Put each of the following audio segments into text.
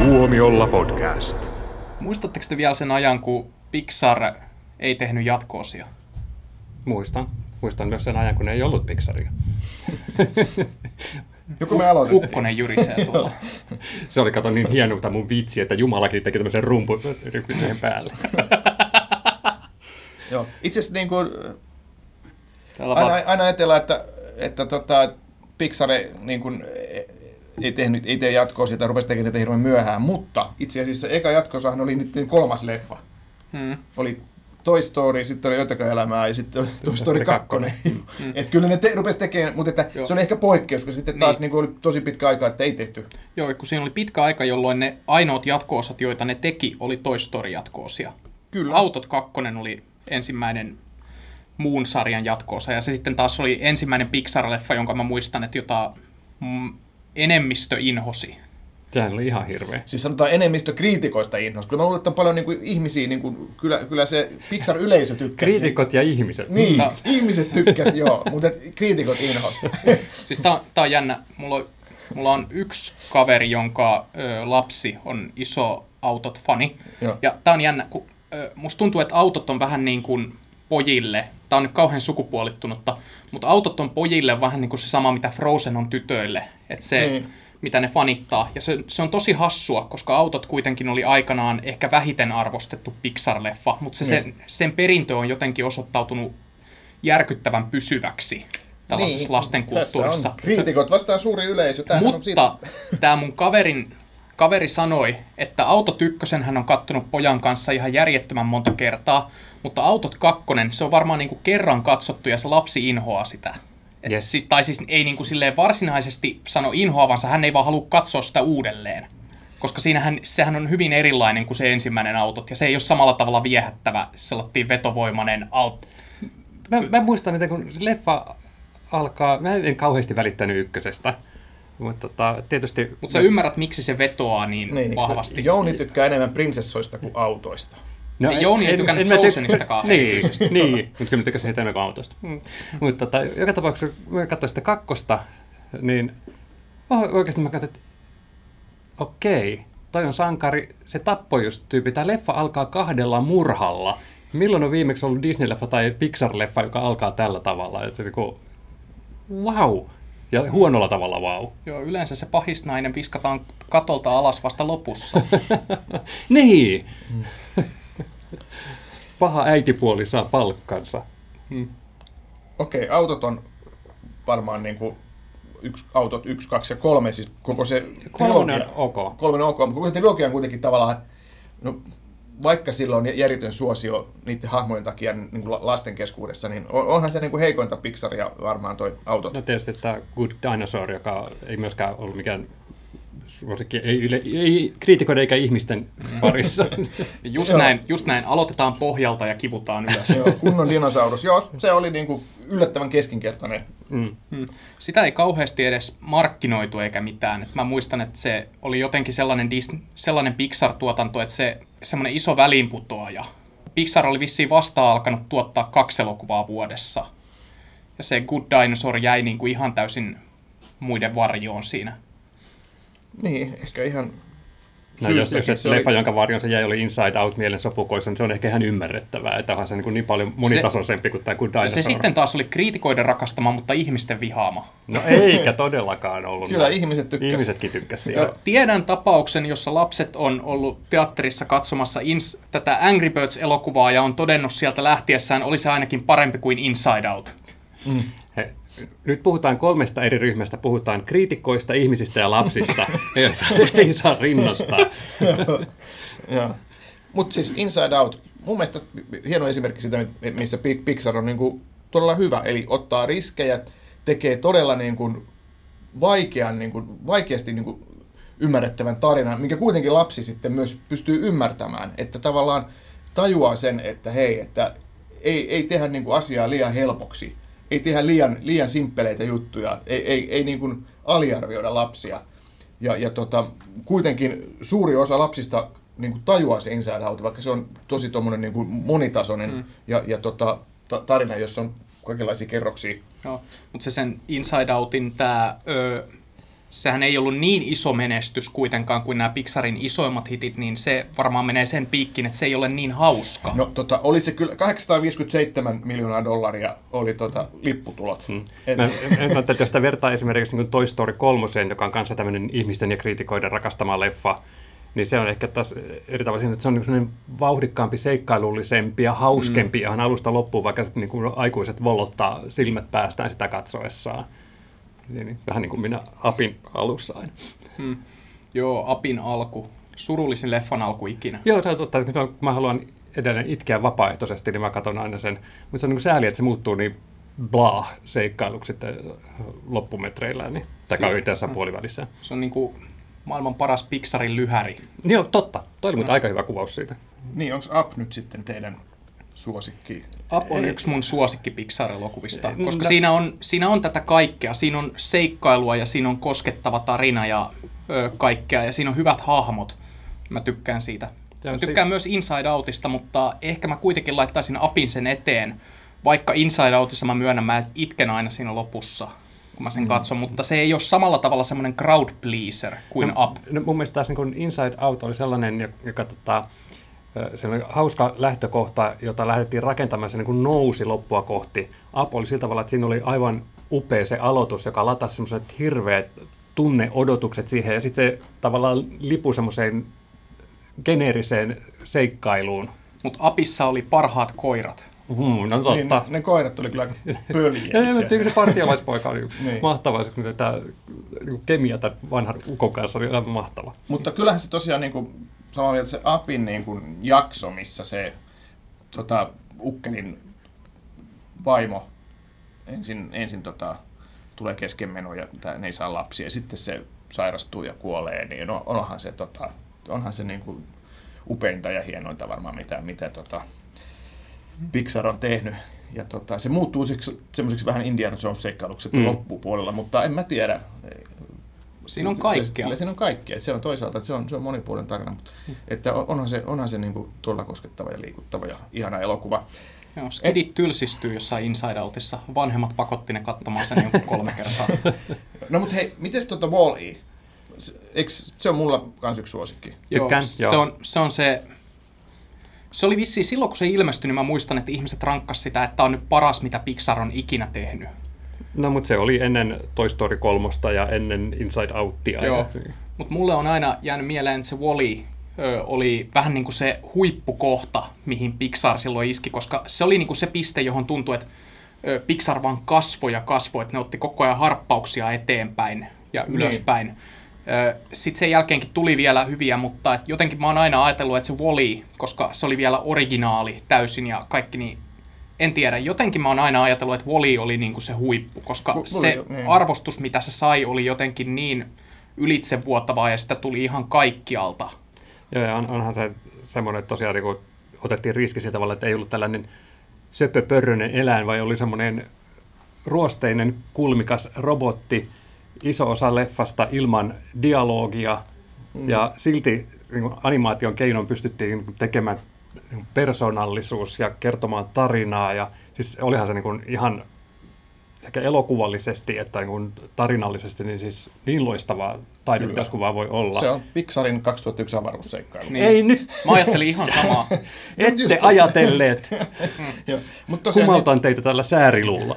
Tuomiolla podcast. Muistatteko te vielä sen ajan, kun Pixar ei tehnyt jatko-osia? Muistan myös sen ajan, kun ei ollut Pixaria. Joku me aloitettiin. Ukkonen jyrisee tuolla. Se oli kato niin hienolta mun vitsi, että Jumalakin teki tämmöisen rumpuryhmisen päälle. Joo. Itse asiassa niin kuin, aina ajatellaan, että Pixar niin kuin, ei tee jatko-osia tai rupesi tekemään niitä hirveän myöhään, mutta itse asiassa eka jatko-osahan oli niiden 3. leffa. Oli Toy Story, sitten oli Jotakin elämää ja sitten oli Toy Story 2. Että kyllä ne rupesi tekemään, mutta että se oli ehkä poikkeus, koska sitten taas niin oli tosi pitkä aika, että ei tehty. Joo, kun siinä oli pitkä aika, jolloin ne ainoat jatko-osat, joita ne teki, oli Toy Story jatko-osia. Kyllä. Autot 2 oli ensimmäinen muun sarjan jatko-osa, ja se sitten taas oli ensimmäinen Pixar-leffa, jonka mä muistan, että jota enemmistö inhosi. Sehän oli ihan hirveä. Siis sanotaan enemmistö kriitikoista inhosi. Kyllä mä luulen, että on paljon niin kuin ihmisiä, niin kuin, kyllä se Pixar-yleisö tykkäsi. Kriitikot ja ihmiset. Niin, ihmiset tykkäsi, joo, mutta kriitikot inhosi. Siis tää on jännä. Mulla on yksi kaveri, jonka lapsi on iso autot-fani. Joo. Ja tää on jännä, kun musta tuntuu, että autot on vähän niin kuin pojille. Tää on nyt kauhean sukupuolittunutta, mutta autot on pojille vähän niin kuin se sama, mitä Frozen on tytöille. Että se, mitä ne fanittaa. Ja se on tosi hassua, koska autot kuitenkin oli aikanaan ehkä vähiten arvostettu Pixar-leffa, mutta sen perintö on jotenkin osoittautunut järkyttävän pysyväksi tällaisessa lastenkulttuurissa. Tässä on kriitikot vastaan suuri yleisö. Mutta tämä mun kaveri sanoi, että Autot 1 hän on kattonut pojan kanssa ihan järjettömän monta kertaa, mutta Autot 2, se on varmaan niin kuin kerran katsottu ja se lapsi inhoaa sitä. Yes. Tai siis ei niin kuin silleen varsinaisesti sano inhoavansa, hän ei vaan halua katsoa sitä uudelleen. Koska sehän on hyvin erilainen kuin se ensimmäinen Autot, ja se ei ole samalla tavalla viehättävä, sellainen vetovoimainen Mä muistan, miten kun se leffa alkaa, mä en kauheasti välittänyt ykkösestä. Mutta tietysti... Mutta sä ymmärrät, miksi se vetoaa niin vahvasti. Jouni tykkää enemmän prinsessoista kuin autoista. No, Jouni ei tykännyt Frozenistakaan. Niin, mutta kyllä mä tykkäsin sitä enemmän kuin autosta. Mutta joka tapauksessa, kun mä katsoin sitä 2, niin oikeasti mä katsoin, että okei, toi on sankari, se tappoi just tyyppi. Tämä leffa alkaa 2 murhalla. Milloin on viimeksi ollut Disney-leffa tai Pixar-leffa, joka alkaa tällä tavalla? Että wow! Ja huonolla tavalla wow. Joo, yleensä se pahisnainen viskataan katolta alas vasta lopussa. Niin! Paha äitipuoli saa palkkansa. Okei, autot on varmaan niin kuin autot 1, 2 ja 3, siis koko se trilogia. 3 on ok. 3 on ok, mutta koko se trilogia on kuitenkin tavallaan, no, vaikka sillä on järjetön suosio niiden hahmojen takia niin kuin lasten keskuudessa, niin onhan se niin kuin heikointa Pixaria varmaan toi Autot. No tietysti tämä Good Dinosaur, joka ei myöskään ollut mikään suosikki, ei kriitikoiden eikä ihmisten parissa. Just näin, aloitetaan pohjalta ja kivutaan ylös. Joo, kunnon dinosaurus. Joo, se oli niin kuin yllättävän keskinkertainen. Sitä ei kauheasti edes markkinoitu eikä mitään. Et mä muistan, että se oli jotenkin sellainen Pixar-tuotanto, että se semmoinen iso väliinputoaja. Pixar oli vissiin vasta alkanut tuottaa 2 elokuvaa vuodessa. Ja se Good Dinosaur jäi niin kuin ihan täysin muiden varjoon siinä. Niin, ehkä ihan... No, jos se leffa, jonka varjon se jäi, oli Inside Out mielen sopukoissa, niin se on ehkä ihan ymmärrettävää, että onhan se niin paljon monitasoisempi kuin tämä Good Dinosaur. Se sitten taas oli kriitikoiden rakastama, mutta ihmisten vihaama. No eikä todellakaan ollut. Kyllä ihmiset tykkäsivät. Ihmisetkin tykkäsivät. Tiedän tapauksen, jossa lapset on ollut teatterissa katsomassa tätä Angry Birds-elokuvaa ja on todennut sieltä lähtiessään, oli se ainakin parempi kuin Inside Out. Nyt puhutaan 3 eri ryhmästä. Puhutaan kriitikoista, ihmisistä ja lapsista. Ei saa rinnastaa. Mutta siis Inside Out, mun mielestä hieno esimerkki siitä, missä Pixar on niinku todella hyvä. Eli ottaa riskejä, tekee todella niinku vaikeasti niinku ymmärrettävän tarinan, minkä kuitenkin lapsi sitten myös pystyy ymmärtämään. Että tavallaan tajuaa sen, että hei, että ei tehdä niinku asiaa liian helpoksi. Ei tehdä liian simppeleitä juttuja, ei niin kuin aliarvioida lapsia. Ja kuitenkin suuri osa lapsista niin kuin tajuaa se Inside Out, vaikka se on tosi tommonen niin kuin monitasoinen ja tarina, jossa on kaikenlaisia kerroksia. Joo, mutta se sen Inside Outin sehän ei ollut niin iso menestys kuitenkaan kuin nämä Pixarin isoimmat hitit, niin se varmaan menee sen piikkiin, että se ei ole niin hauska. No oli se kyllä, 857 miljoonaa dollaria oli lipputulot. Että jos sitä vertaa esimerkiksi niin Toy Story 3, joka on kanssa tämmöinen ihmisten ja kriitikoiden rakastama leffa, niin se on ehkä taas eri tavalla siinä, että se on niin vauhdikkaampi, seikkailullisempi ja hauskempi ihan alusta loppuun, vaikka niin kuin aikuiset vollottaa silmät päästään sitä katsoessaan. Niin, vähän niin kuin minä Apin alussa aina. Joo, Apin alku. Surullisin leffan alku ikinä. Joo, se on totta. Kun mä haluan edelleen itkeä vapaaehtoisesti, niin mä katson aina sen. Mutta se on niin kuin sääli, että se muuttuu niin seikkailuksi sitten loppumetreillään, niin tai yhdessä puolivälissä. Se on niin kuin maailman paras Pixarin lyhäri. Joo, totta. Toi oli aika hyvä kuvaus siitä. Niin, onko Up nyt sitten teidän suosikki? Up on yksi mun suosikki Pixar-elokuvista, koska siinä on tätä kaikkea. Siinä on seikkailua ja siinä on koskettava tarina ja kaikkea ja siinä on hyvät hahmot. Mä tykkään siitä. Mä tykkään myös Inside Outista, mutta ehkä mä kuitenkin laittaisin Upin sen eteen. Vaikka Inside Outissa mä myönnän, mä itken aina siinä lopussa, kun mä sen katson, mutta se ei ole samalla tavalla semmoinen crowd pleaser kuin Up. No, mun mielestä taas niin Inside Out oli sellainen, joka se oli hauska lähtökohta, jota lähdettiin rakentamaan, se niin kuin nousi loppua kohti. Up oli sillä tavalla, että siinä oli aivan upea se aloitus, joka latasi semmoiset hirveät tunneodotukset siihen, ja sitten se tavallaan lipui semmoiseen geneeriseen seikkailuun. Mutta Upissa oli parhaat koirat. No totta. Niin, ne koirat oli kyllä aika pöliä. Ja se partialaispoika oli mahtava, että tämä kemia tämän vanhan ukon kanssa oli aivan mahtava. Mutta kyllähän se tosiaan niin kuin, samaa mieltä se Upin niin kuin jakso, missä se ukkelin vaimo ensin tulee keskenmeno ja ne ei saa lapsia ja sitten se sairastuu ja kuolee, niin onhan se niin kuin upeinta ja hienointa varmaan mitä Pixar on tehnyt. Ja se muuttuu semmoiseksi vähän Indiana Jones-seikkailuksi loppupuolella, mutta en mä tiedä. Siinä on kaikkea. Siinä on kaikkea. Se on toisaalta, että se on monipuolinen tarina, mutta että onhan se niin kuin todella koskettava ja liikuttava ja ihana elokuva. Joo, skidit tylsistyy jossain Inside Outissa. Vanhemmat pakotti ne katsomaan sen 3 kertaa. No mutta hei, mites Wall-E? Se on mulla kans yksi suosikki. Tykkään, se oli vissiin silloin, kun se ilmestyi, niin mä muistan, että ihmiset rankkas sitä, että tämä on nyt paras, mitä Pixar on ikinä tehnyt. No, mutta se oli ennen Toy Story 3 ja ennen Inside Outia. Joo, mutta mulle on aina jäänyt mieleen, että se Wall-E oli vähän niin kuin se huippukohta, mihin Pixar silloin iski, koska se oli niin kuin se piste, johon tuntui, että Pixar vaan kasvoi, että ne otti koko ajan harppauksia eteenpäin ja ylöspäin. Sitten sen jälkeenkin tuli vielä hyviä, mutta jotenkin mä oon aina ajatellut, että se Wall-E, koska se oli vielä originaali täysin ja kaikki, niin en tiedä. Jotenkin mä oon aina ajatellut, että Wall-E oli niinku se huippu, koska se arvostus, mitä se sai, oli jotenkin niin ylitsevuotavaa ja sitä tuli ihan kaikkialta. Joo, ja onhan se semmoinen, että tosiaan niin otettiin riski sillä tavalla, että ei ollut tällainen söpöpörröinen eläin, vai oli semmoinen ruosteinen, kulmikas robotti, iso osa leffasta ilman dialogia, ja silti niin animaation keinoin pystyttiin tekemään persoonallisuus ja kertomaan tarinaa, ja siis olihan se niin kuin ihan ehkä elokuvallisesti että niin kuin tarinallisesti niin loistavaa taidetta, jos vaan voi olla. Se on Pixarin 2001 avaruusseikkailu. Niin. Ei nyt! Mä ajattelin ihan samaa. Ette ajatelleet. Kumaltaan teitä tällä sääriluulla.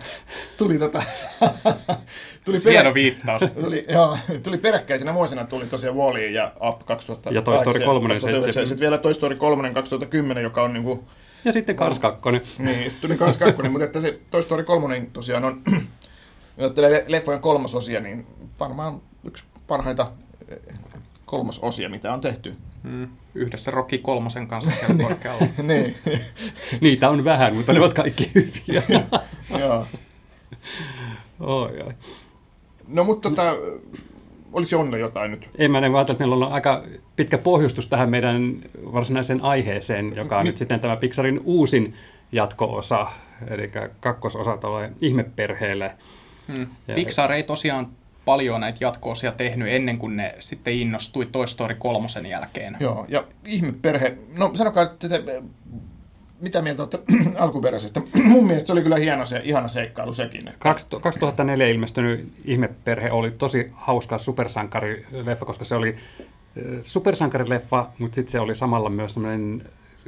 Hieno viittaus. Tuli peräkkäisenä vuosina tosiaan Wall-E ja Up 2008. Ja Toy Story 3. Sitten vielä Toy Story 3 2010, joka on niinku... Ja sitten Cars 2. Niin, sitten tuli Cars 2, mutta että se Toy Story 3 tosiaan on, jos ajattelee leffojen kolmososia, niin varmaan yksi parhaita kolmososia, mitä on tehty. Yhdessä Rocky 3 kanssa siellä korkealla. Niin. Niitä on vähän, mutta ne ovat kaikki hyviä. Joo. Oi. No mutta olisi Jonne jotain nyt? En mä ajatella, että meillä on aika pitkä pohjustus tähän meidän varsinaiseen aiheeseen, joka on nyt sitten tämä Pixarin uusin jatko-osa, eli kakkososa tuolle ihmeperheelle. Pixar ei tosiaan paljon näitä jatko-osia tehnyt ennen kuin ne sitten innostui Toy Story 3 jälkeen. Joo, ja ihmeperhe, no sanokaa, että mitä mieltä olette alkuperäisestä? Mun mielestä se oli kyllä ihana seikkailu sekin. 2004 ilmestynyt Ihmeperhe oli tosi hauska supersankarileffa, koska se oli supersankarileffa, mutta sitten se oli samalla myös tämmöinen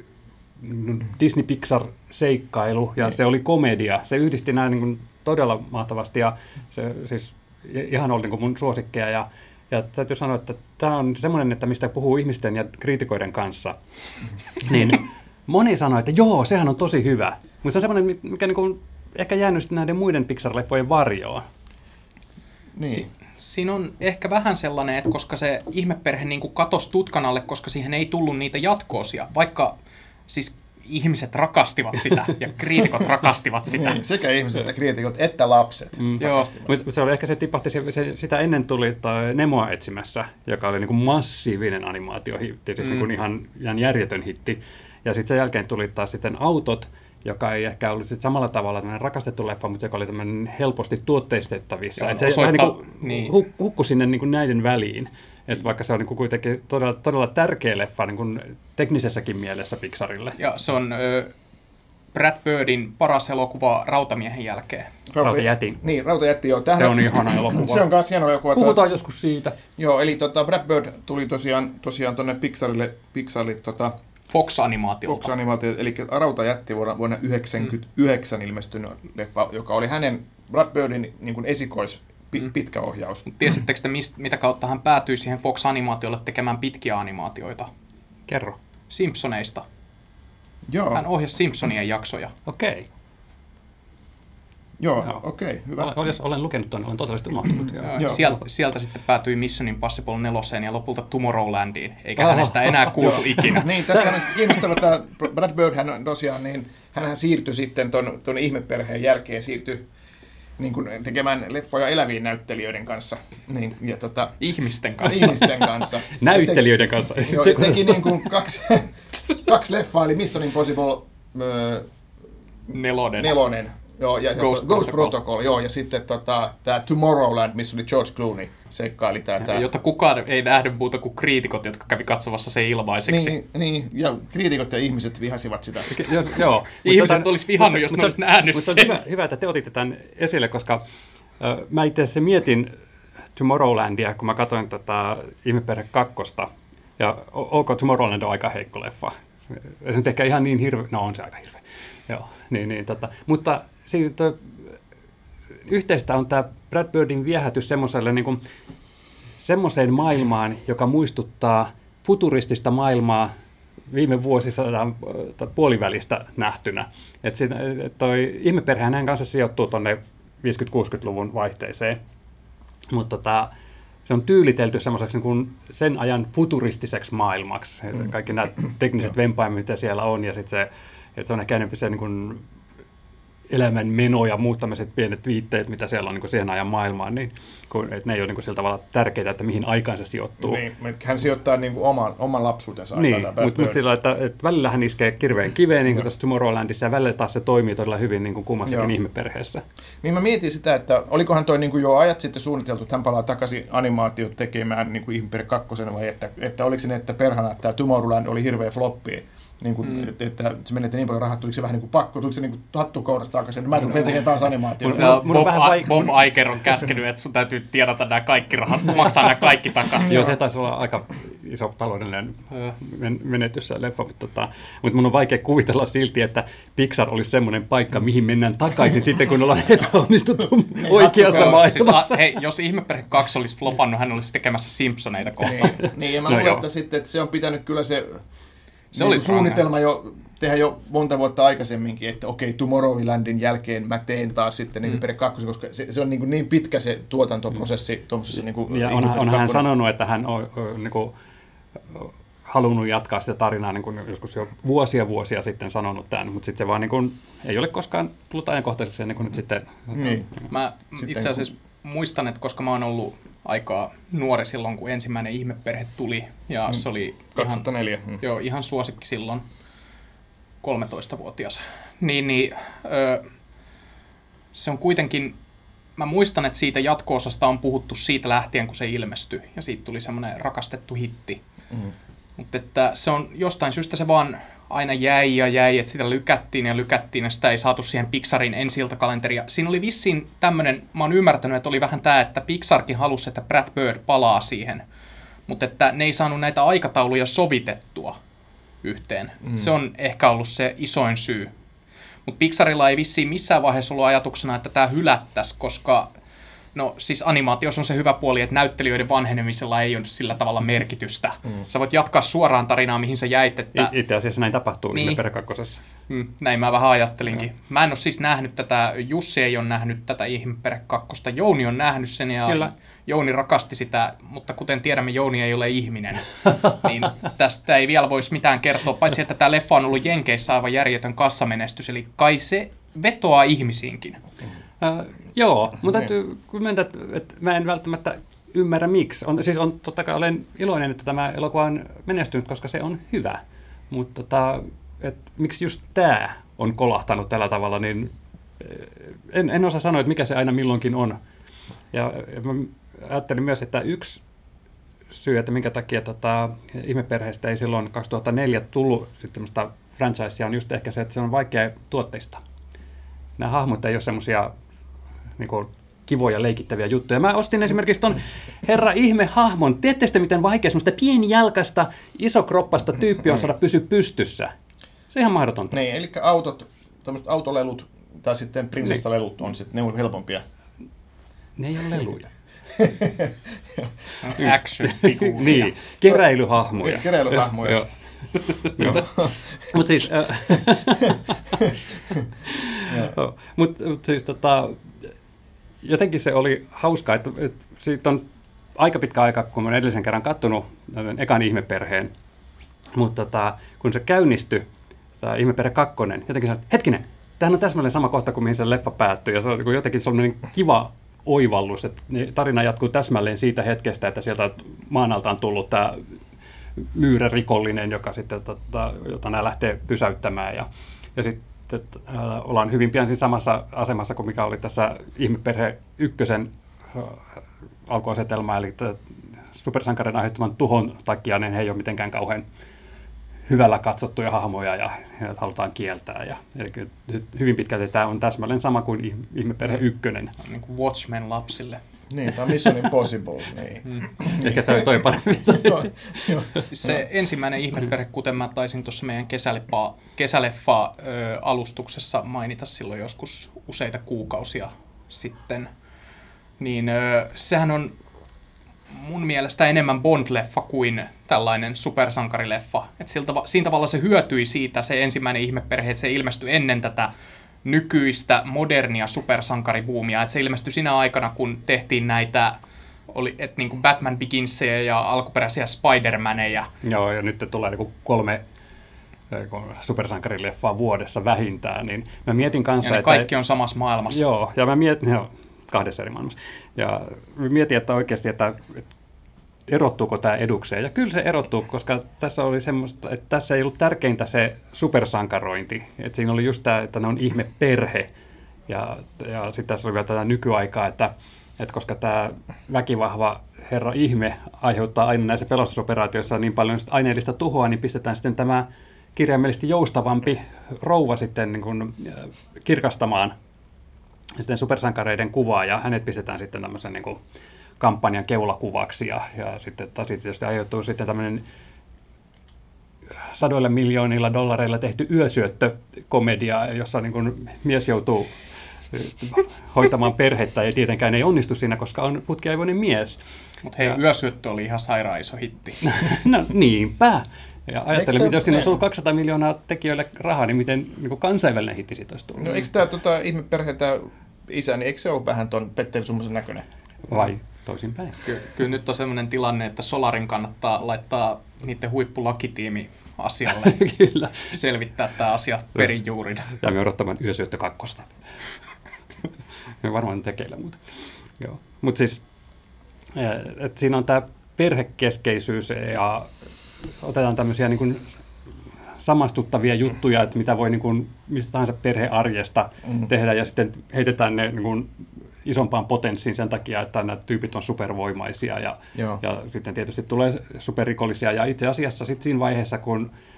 Disney-Pixar-seikkailu, ja se oli komedia. Se yhdisti näin niin kuin todella mahtavasti, ja se siis ihan oli niin kuin mun suosikkeja, ja täytyy sanoa, että tämä on semmoinen, että mistä puhuu ihmisten ja kriitikoiden kanssa, niin moni sanoi, että joo, sehän on tosi hyvä, mutta se on semmoinen, mikä niin kuin ehkä jäänyt näiden muiden Pixar-leffojen varjoon. Niin. Siinä on ehkä vähän sellainen, että koska se Ihmeperhe niin kuin katosi tutkan alle, koska siihen ei tullut niitä jatkoosia, vaikka siis ihmiset rakastivat sitä ja kriitikot rakastivat sitä. Niin, sekä ihmiset että kriitikot että lapset. Joo. Mutta se oli ehkä se tipahti, sitä ennen tuli Nemoa etsimässä, joka oli niin kuin massiivinen animaatiohitti, siis niin kuin ihan järjetön hitti. Ja sitten sen jälkeen tuli taas sitten Autot, joka ei ehkä ollut sit samalla tavalla tämmöinen rakastettu leffa, mutta joka oli tämmöinen helposti tuotteistettavissa. Joo, se hukkui sinne niin kuin näiden väliin. Et vaikka se on niin kuin kuitenkin todella tärkeä leffa niin kuin teknisessäkin mielessä Pixarille. Ja se on Brad Birdin paras elokuva Rautamiehen jälkeen. Rautajätin. Niin, Rautajätti, joo. Se on ihana elokuva. Se on myös hieno elokuva. Puhutaan joskus siitä. Joo, eli Brad Bird tuli tosiaan tuonne Pixarille Fox-animaatiolta. Eli Rautajätti vuonna 1999 ilmestynyt leffa, joka oli hänen Brad Birdin niin kuin pitkä ohjaus. Tiesittekö te, mitä kautta hän päätyi siihen Fox-animaatiolle tekemään pitkiä animaatioita? Kerro. Simpsoneista. Joo. Hän ohjasi Simpsonien jaksoja. Okei. Joo, okei, hyvä. Olen lukenut tuonne, olen totaalisesti unohtunut. Sieltä sitten päätyi Mission Impossible 4 ja lopulta Tomorrowlandiin, eikä hänestä enää kuultu ikinä. Niin, tässä on kiinnostava tämä Brad Bird, hän tosiaan, niin hänhän siirtyi sitten tuon Ihmeperheen jälkeen, niin kuin tekemään leffoja elävien näyttelijöiden kanssa. Niin, ja ihmisten kanssa. Ihmisten kanssa. Näyttelijöiden kanssa. Joo, ja teki niin kuin kaksi leffaa, eli Mission Impossible 4. Joo, ja Ghost Protocol, joo, ja sitten tämä Tomorrowland, missä oli George Clooney seikkaili. Jota kukaan ei nähnyt muuta kuin kriitikot, jotka kävi katsomassa se ilmaiseksi. Niin, ja kriitikot ja ihmiset vihasivat sitä. Joo. Ihmiset olisi vihannut, jos ne olisi nähnyt sen. Mutta on hyvä, että te otitte tämän esille, koska mä itse asiassa mietin Tomorrowlandia, kun mä katsoin tätä Ihmeperhe 2. Ja OK, Tomorrowland on aika heikko leffa. Se nyt ehkä ihan niin hirveä, no on se aika hirveä. Joo, mutta siitä yhteistä on tämä Brad Birdin viehätys semmoiseen maailmaan, joka muistuttaa futuristista maailmaa viime vuosisadan puolivälistä nähtynä. Toi Ihmeperhe hänen kanssa sijoittuu tuonne 50-60-luvun vaihteeseen, mutta se on tyylitelty semmoiseksi niin kuin sen ajan futuristiseksi maailmaksi. Kaikki nämä tekniset vempaimet, mitä siellä on, ja sitten se on ehkä enemmän se niin kuin elämän meno ja muut tämmöiset pienet viitteet, mitä siellä on niin kuin siihen ajan maailmaan, niin että ne ei ole niin kuin sillä tavalla tärkeitä, että mihin aikaan se sijoittuu. Niin, hän sijoittaa niin kuin oman lapsuutensa. Niin, mutta sillä että välillä hän iskee kirveen kiveen, niin kuin tässä Tomorrowlandissa, ja välillä taas se toimii todella hyvin niin kuin kummassakin Ihmeperheessä. Niin mä mietin sitä, että olikohan toi niin kuin jo ajat sitten suunniteltu, että hän palaa takaisin animaatiot tekemään niin kuin Ihmeperhe 2, vai että oliko se, että perhana, että Tomorrowland oli hirveä floppi. Niin kuin, että se menetti niin paljon rahaa, tuliko se vähän niin kuin pakko, tuliko se niin kuin hattukourasta takaisin. Mä tulen tekemään taas animaatioita. Bob Iger on käskenyt, että sun täytyy tiedata nämä kaikki rahat, maksaa nämä kaikki takaisin. Joo, se taisi olla aika iso taloudellinen menetys se leffa, mutta mun on vaikea kuvitella silti, että Pixar olisi semmoinen paikka, mihin mennään takaisin sitten, kun ollaan epäonnistuttu oikeassa maailmassa. Hei, jos Ihmeperhe 2 olisi flopannut, hän olisi tekemässä Simpsoneita kohtaan. Niin, ja mä luulen, että sitten että se on pitänyt kyllä se oli suunnitelma tehdä jo monta vuotta aikaisemminkin, että okei, Tomorrowlandin jälkeen mä teen taas sitten Ihmeperhe 2, koska se on niin pitkä se tuotantoprosessi tuollaisessa ja onhan hän sanonut, että hän on niin kuin halunnut jatkaa sitä tarinaa niin kuin joskus jo vuosia sitten sanonut tämän, mutta sitten se vaan niin kuin, ei ole koskaan tullut ajankohtaiseksi ennen kuin nyt sitten. Niin. Mä itse asiassa muistan, että koska mä oon ollut aika nuori silloin, kun ensimmäinen Ihmeperhe tuli, ja se oli 2004. Ihan suosikki silloin, 13-vuotias. Se on kuitenkin, mä muistan, että siitä jatko-osasta on puhuttu siitä lähtien, kun se ilmestyi, ja siitä tuli semmoinen rakastettu hitti. Mutta että se on jostain syystä se vaan aina jäi, että sitä lykättiin ja sitä ei saatu siihen Pixarin ensi-iltakalenteria. Siinä oli vissiin tämmöinen, mä oon ymmärtänyt, että oli vähän tämä, että Pixarkin halusi, että Brad Bird palaa siihen, mutta että ne ei saanut näitä aikatauluja sovitettua yhteen. Se on ehkä ollut se isoin syy. Mutta Pixarilla ei vissiin missään vaiheessa ollut ajatuksena, että tämä hylättäisi, koska no siis animaatiossa on se hyvä puoli, että näyttelijöiden vanhenemisella ei ole sillä tavalla merkitystä. Sä voit jatkaa suoraan tarinaa, mihin sä jäit. Että Itse asiassa näin tapahtuu niin. Ihmeperhe kakkosessa. Näin mä vähän ajattelinkin. Mä en ole siis nähnyt tätä, Jussi ei ole nähnyt tätä Ihmeperhe kakkosta, Jouni on nähnyt sen ja Kyllä. Jouni rakasti sitä, mutta kuten tiedämme, Jouni ei ole ihminen. Niin tästä ei vielä voisi mitään kertoa, paitsi että tämä leffa on ollut Jenkeissä aivan järjetön kassamenestys, eli kai se vetoaa ihmisiinkin. Joo, mutta täytyy myöntää, että mä en välttämättä ymmärrä miksi. On totta kai olen iloinen, että tämä elokuva on menestynyt, koska se on hyvä. Mutta miksi just tämä on kolahtanut tällä tavalla, niin en osaa sanoa, että mikä se aina milloinkin on. Ja mä ajattelin myös, että yksi syy, että minkä takia Ihmeperheestä ei silloin 2004 tullut semmoista franchisea, on just ehkä se, että se on vaikea tuotteista. Nämä hahmot ei ole semmoisia niin kivoja leikittäviä juttuja. Mä ostin esimerkiksi ton Herra Ihme-hahmon. Tiedätte sitten, miten vaikea semmoista pienijalkasta, isokroppasta tyyppiä on saada pysyä pystyssä. Se on ihan mahdotonta. Niin, eli tämmöiset autolelut tai sitten prinsessalelut on sitten, ne on helpompia. Ne ei ole leluja. Action-figuuria. Niin, keräilyhahmoja. Keräilyhahmoja. Mutta siis, jotenkin se oli hauskaa, että siitä on aika pitkä aika, kun olen edellisen kerran katsonut ekan Ihmeperheen, mutta kun se käynnistyi, tämä Ihmeperhe 2, jotenkin sanoin, hetkinen, tämähän on täsmälleen sama kohta kuin mihin se leffa päättyi, ja se on jotenkin sellainen kiva oivallus, että tarina jatkuu täsmälleen siitä hetkestä, että sieltä maan alta on tullut tämä myyrärikollinen, joka sitten, jota nämä lähtee pysäyttämään, ja sitten ollaan hyvin pian siinä samassa asemassa kuin mikä oli tässä Ihmeperhe 1 alkuasetelma, eli supersankarin aiheuttaman tuhon takia niin he ei ole mitenkään kauhean hyvällä katsottuja hahmoja ja halutaan kieltää. Eli hyvin pitkälti tämä on täsmälleen sama kuin Ihmeperhe 1. Niin kuin Watchmen lapsille. Niin, tämä on Mission Impossible. Niin. Ehkä toi paremmin. Se ensimmäinen Ihmeperhe, kuten mä taisin tuossa meidän kesäleffa-alustuksessa mainita silloin joskus useita kuukausia sitten, niin sehän on mun mielestä enemmän Bond-leffa kuin tällainen supersankarileffa. Siinä tavalla se hyötyi siitä, se ensimmäinen Ihmeperhe, että se ilmestyi ennen tätä nykyistä modernia supersankaribuumia. Että se ilmestyi siinä aikana, kun tehtiin näitä niin kuin Batman Beginsejä ja alkuperäisiä Spider-Maneja. Joo, ja nyt tulee niin 3 supersankarileffaa vuodessa vähintään. Niin mä mietin kanssa, ja ne kaikki on samassa maailmassa. Joo, ja mä mietin, 2 eri maailmassa. Ja mietin, että oikeasti, että erottuuko tämä edukseen. Ja kyllä se erottuu, koska tässä oli semmoista, että tässä ei ollut tärkeintä se supersankarointi. Että siinä oli just tämä, että ne on ihmeperhe. Ja sitten tässä oli vielä tätä nykyaikaa, että koska tämä väkivahva herra ihme aiheuttaa aina näissä pelastusoperaatioissa niin paljon aineellista tuhoa, niin pistetään sitten tämä kirjaimellisesti joustavampi rouva sitten niin kuin kirkastamaan sitten supersankareiden kuvaa, ja hänet pistetään sitten tämmöisen niin kuin kampanjan keulakuvaksi, ja sitten tietysti aiheutuu sitten tämmöinen $100 miljoonilla tehty yösyöttökomedia, jossa niin kuin mies joutuu hoitamaan perhettä, ja tietenkään ei onnistu siinä, koska on putkiaivoinen mies. Mutta hei, yösyöttö oli ihan sairaan iso hitti. No niinpä. Ja ajattelin, että jos siinä olisi ollut 200 miljoonaa tekijöille rahaa, niin miten niin kuin kansainvälinen hitti siitä olisi tullut? No eikö tämä Ihmeperhe, tämä isä, niin eikö se ole vähän tuon Petteri Summasen näköinen? Vai toisinpäin? Kyllä nyt on sellainen tilanne, että Solarin kannattaa laittaa niiden huippulakitiimi asialle. Kyllä. Selvittää tämä asia perinjuurin. Ja me odottamaan Yösyöttö 2. Me varmaan tekeillä muuta. Joo. Mutta siis, että siinä on tämä perhekeskeisyys ja otetaan tämmöisiä niin kuin samastuttavia juttuja, että mitä voi niin kuin mistä tahansa perhearjesta tehdä, ja sitten heitetään ne niin kuin isompaan potenssiin sen takia, että nämä tyypit on supervoimaisia, ja sitten tietysti tulee superrikollisia, ja itse asiassa sitten siinä vaiheessa, kun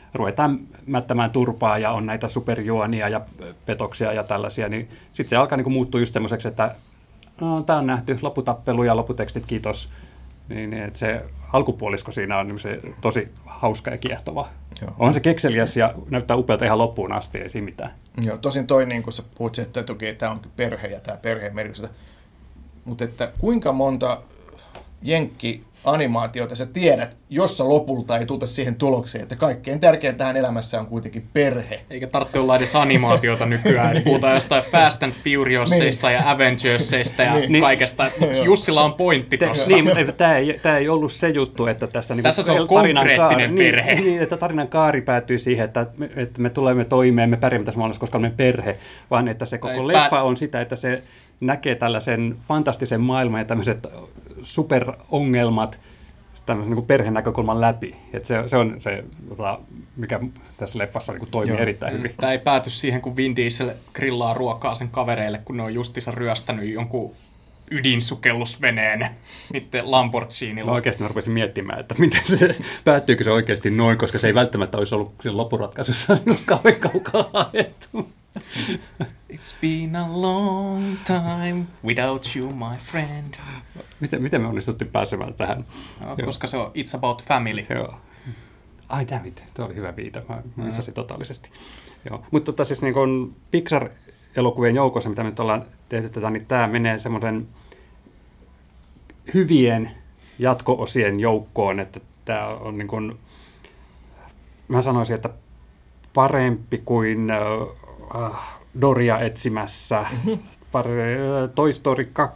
ruvetaan mättämään turpaa ja on näitä superjuonia ja petoksia ja tällaisia, niin sitten se alkaa niin muuttua just semmoiseksi, että no, tämä on nähty, lopputappelu ja lopputekstit, kiitos. Niin, että se alkupuolisko siinä on niin se tosi hauska ja kiehtova. Joo. On se kekseliäs ja näyttää upealta ihan loppuun asti, ei siinä mitään. Joo, tosin toi, niin kun sä puhut, että toki tämä on perhe ja tämä perheen merkitys, mutta että kuinka monta jenkki-animaatiota sä tiedät, jossa lopulta ei tulta siihen tulokseen, että kaikkein tärkein tähän elämässä on kuitenkin perhe. Eikä tarvitse olla edes animaatiota nykyään. Niin. Puhutaan jostain Fast and Furiousista niin. Ja Avengersista ja niin. Kaikesta. Jussilla on pointti tuossa. Niin, mutta tämä ei ollut se juttu, että tässä se on konkreettinen perhe. Niin, että tarinan kaari päätyy siihen, että me tulemme toimeen, me pärjäämme tässä maailmassa, koska olemme perhe, vaan että se koko leffa on sitä, että se näkee tällaisen fantastisen maailman ja tämmöiset superongelmat tämmöisen niin perheen näkökulman läpi. Että se on se, mikä tässä leffassa niin toimii erittäin hyvin. Tämä ei pääty siihen, kun Vin Diesel grillaa ruokaa sen kavereille, kun ne on justiinsa ryöstänyt jonkun ydinsukellusveneen niiden Lamborghinilla. No oikeasti mä rupesin miettimään, että miten se päättyykö se oikeasti noin, koska se ei välttämättä olisi ollut loppuratkaisussa kauan kaukaa haettu. It's been a long time without you, my friend. Miten me onnistuttiin pääsemään tähän? No, koska se on It's About Family. Joo. Ai damn it, tuo oli hyvä viita. Mä missasin totaalisesti. Joo. Mutta siis niin kun Pixar-elokuvien joukossa, mitä me nyt ollaan tehty tätä, niin tämä menee semmoisen hyvien jatko-osien joukkoon, että tämä on niin kun, mä sanoisin, että parempi kuin Doria etsimässä, Toy Story 2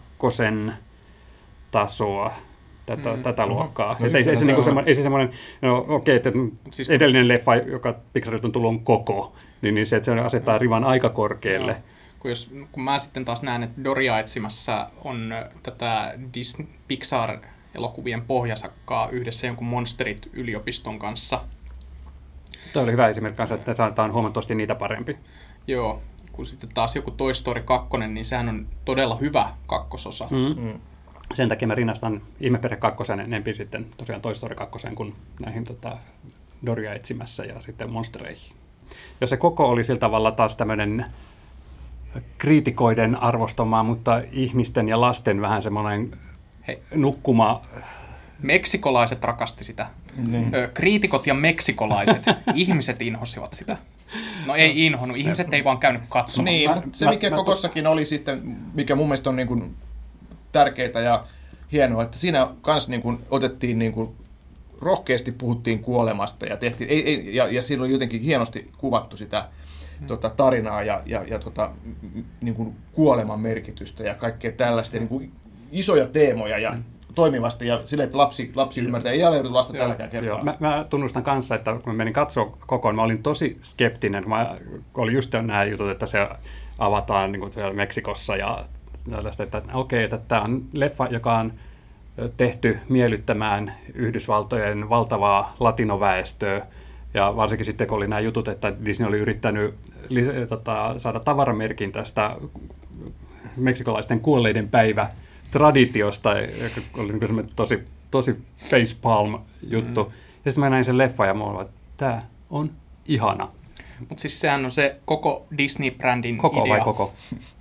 tasoa, tätä luokkaa. No, ei se semmoinen, no okei, että siis edellinen leffa, joka Pixarilta on tullut, on Koko, niin se, että se asettaa rivan aika korkealle. No. Kun mä sitten taas näen, että Doria etsimässä on tätä Pixar-elokuvien pohjasakkaa yhdessä jonkun Monsterit-yliopiston kanssa. Tuo oli hyvä esimerkki kanssa, että tämä on huomattavasti niitä parempi. Joo, kun sitten taas joku Toy Story 2, niin sehän on todella hyvä kakkososa. Sen takia mä rinnastan Ihmeperhe 2 enempi sitten tosiaan Toy Story 2 kuin näihin Doria etsimässä ja sitten Monstereihin. Ja se Koko oli sillä tavalla taas tämmöinen kriitikoiden arvostamaa, mutta ihmisten ja lasten vähän semmoinen nukkuma. Meksikolaiset rakasti sitä. Kriitikot ja meksikolaiset, ihmiset inhosivat sitä. No ei inhonnut, ihmiset ei vaan käynyt katsomassa. Niin, se mikä Kokossakin oli sitten, mikä mun mielestä on niin kuin tärkeää ja hienoa, että siinä kanssa niin kuin otettiin niin kuin rohkeasti puhuttiin kuolemasta ja tehtiin, ja siinä oli jotenkin hienosti kuvattu sitä tarinaa ja niin kuin kuoleman merkitystä ja kaikkea tällaista niin kuin isoja teemoja ja toimivasti ja silleen, että lapsi ymmärtää. Ei ole lasta tälläkään kertaa. Mä tunnustan kanssa, että kun mä menin katsoa kokoon, mä olin tosi skeptinen. Oli just nämä jutut, että se avataan niin kuin Meksikossa ja tällaista, että okei, että tämä on leffa, joka on tehty miellyttämään Yhdysvaltojen valtavaa latinoväestöä. Ja varsinkin sitten, kun oli nämä jutut, että Disney oli yrittänyt saada tavaramerkin tästä meksikolaisten kuolleiden päivä traditiosta, joka oli niin tosi facepalm-juttu. Ja sitten mä näin sen leffan ja mä olin, että tämä on ihana. Mutta siis sehän on se koko Disney-brändin koko idea. Vai koko?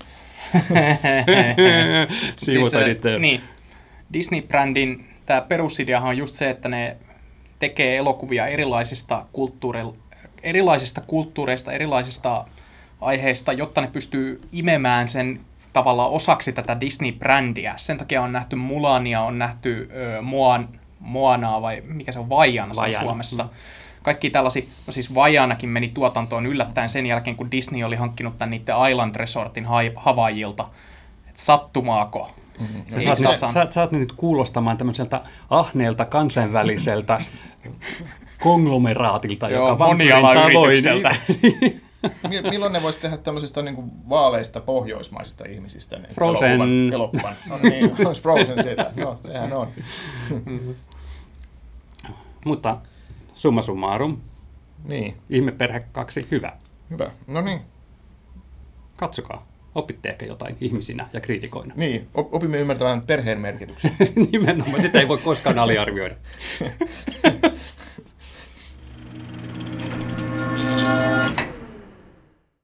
Siis, niin, Disney-brändin tämä perusideahan on just se, että ne tekee elokuvia erilaisista kulttuureista, erilaisista aiheista, jotta ne pystyy imemään sen tavallaan osaksi tätä Disney-brändiä. Sen takia on nähty Mulania, on nähty Moanaa vai mikä se on, Vaiana Suomessa. Kaikki tällaisia, no siis Vaianakin meni tuotantoon yllättäen sen jälkeen, kun Disney oli hankkinut tämän niiden Island Resortin Havaijilta. Et sattumaako? Sä oot nyt kuulostamaan tämmöiseltä ahneelta kansainväliseltä konglomeraatilta, joka monialayritykseltä. Milloin ne voisi tehdä tämmöisistä niin kuin vaaleista pohjoismaisista ihmisistä? Niin Frozen. Elokuvan. No niin, olisi Frozen sitä. No, sehän on. Mutta summa summarum. Niin. Ihmeperhe 2, hyvä. Hyvä, no niin. Katsokaa. Opitte ehkä jotain ihmisinä ja kriitikoina. Niin, opimme ymmärtämään perheen merkityksen. Nimenomaan, sitä ei voi koskaan aliarvioida. Kiitos.